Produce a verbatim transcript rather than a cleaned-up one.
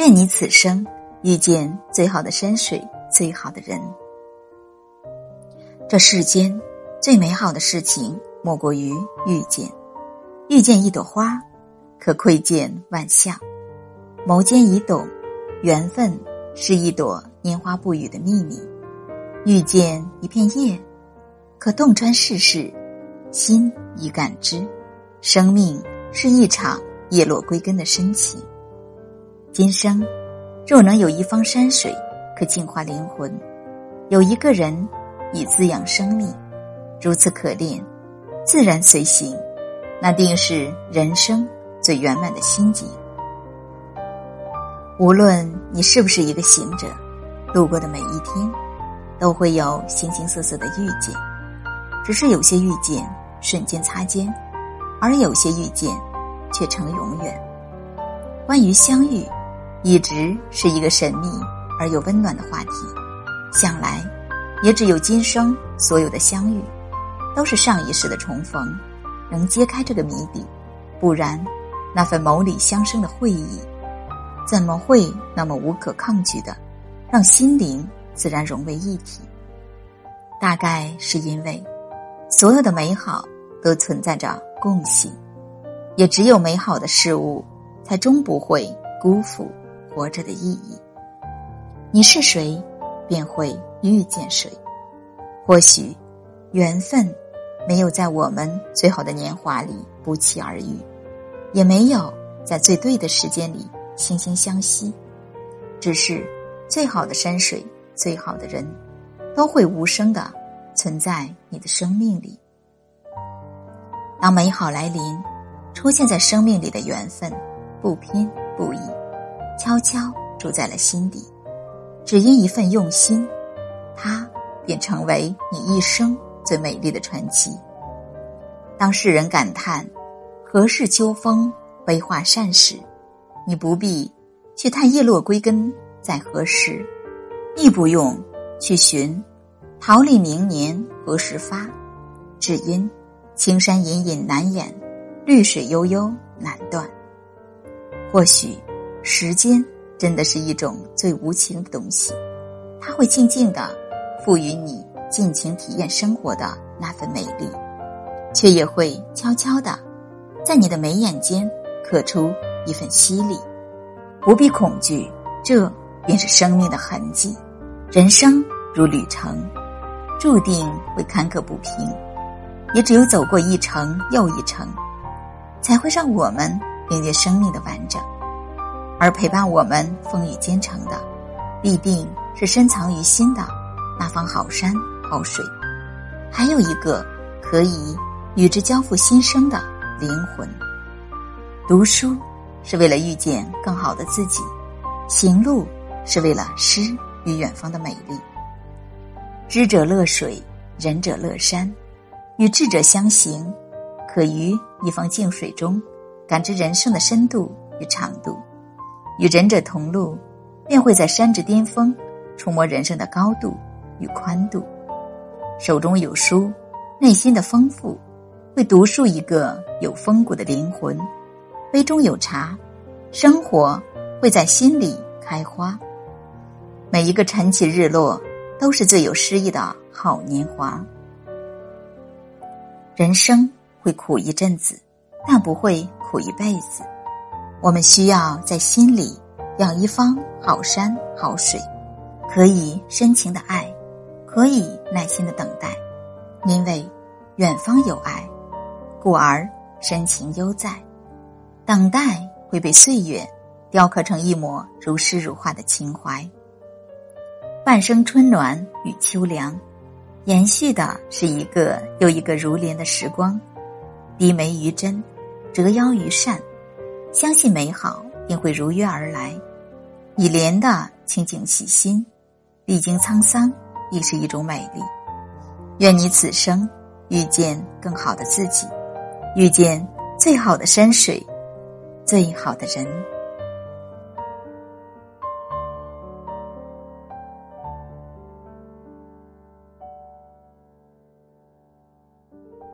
愿你此生遇见最好的山水，最好的人。这世间最美好的事情莫过于遇见。遇见一朵花，可窥见万象。眸间已懂，缘分是一朵拈花不语的秘密。遇见一片叶，可洞穿世事。心已感知，生命是一场叶落归根的深情。今生若能有一方山水可净化灵魂，有一个人以滋养生命，如此可恋，自然随行，那定是人生最圆满的心境。无论你是不是一个行者，路过的每一天都会有形形色色的遇见，只是有些遇见瞬间擦肩，而有些遇见却成永远。关于相遇，一直是一个神秘而又温暖的话题，想来也只有今生所有的相遇都是上一世的重逢，能揭开这个谜底，不然那份眸里相生的会意怎么会那么无可抗拒的让心灵自然融为一体。大概是因为所有的美好都存在着共性，也只有美好的事物才终不会辜负活着的意义。你是谁，便会遇见谁。或许缘分没有在我们最好的年华里不期而遇，也没有在最对的时间里惺惺相惜，只是最好的山水，最好的人，都会无声地存在你的生命里。当美好来临，出现在生命里的缘分，不偏不倚，悄悄住在了心底，只因一份用心，它便成为你一生最美丽的传奇。当世人感叹何事秋风悲画扇时，你不必去叹叶落归根在何时，亦不用去寻桃李明年何时发，只因青山隐隐难掩，绿水悠悠难断。或许时间真的是一种最无情的东西，它会静静地赋予你尽情体验生活的那份美丽，却也会悄悄地在你的眉眼间刻出一份犀利。不必恐惧，这便是生命的痕迹。人生如旅程，注定会坎坷不平，也只有走过一程又一程，才会让我们领略生命的完整。而陪伴我们风雨兼程的，必定是深藏于心的那方好山好水，还有一个可以与之交付心声的灵魂。读书是为了遇见更好的自己，行路是为了诗与远方的美丽。知者乐水，仁者乐山，与智者相行，可于一方静水中感知人生的深度与长度。与仁者同路，便会在山之巅峰触摸人生的高度与宽度。手中有书，内心的丰富会读述一个有风骨的灵魂。杯中有茶，生活会在心里开花。每一个晨起日落都是最有诗意的好年华。人生会苦一阵子，但不会苦一辈子。我们需要在心里养一方好山好水，可以深情的爱，可以耐心的等待，因为远方有爱，故而深情悠在。等待会被岁月雕刻成一抹如诗如画的情怀。半生春暖与秋凉，延续的是一个又一个如莲的时光。低眉于真，折腰于善，相信美好定会如约而来。以莲的清净起心，历经沧桑亦是一种美丽。愿你此生遇见更好的自己，遇见最好的山水，最好的人。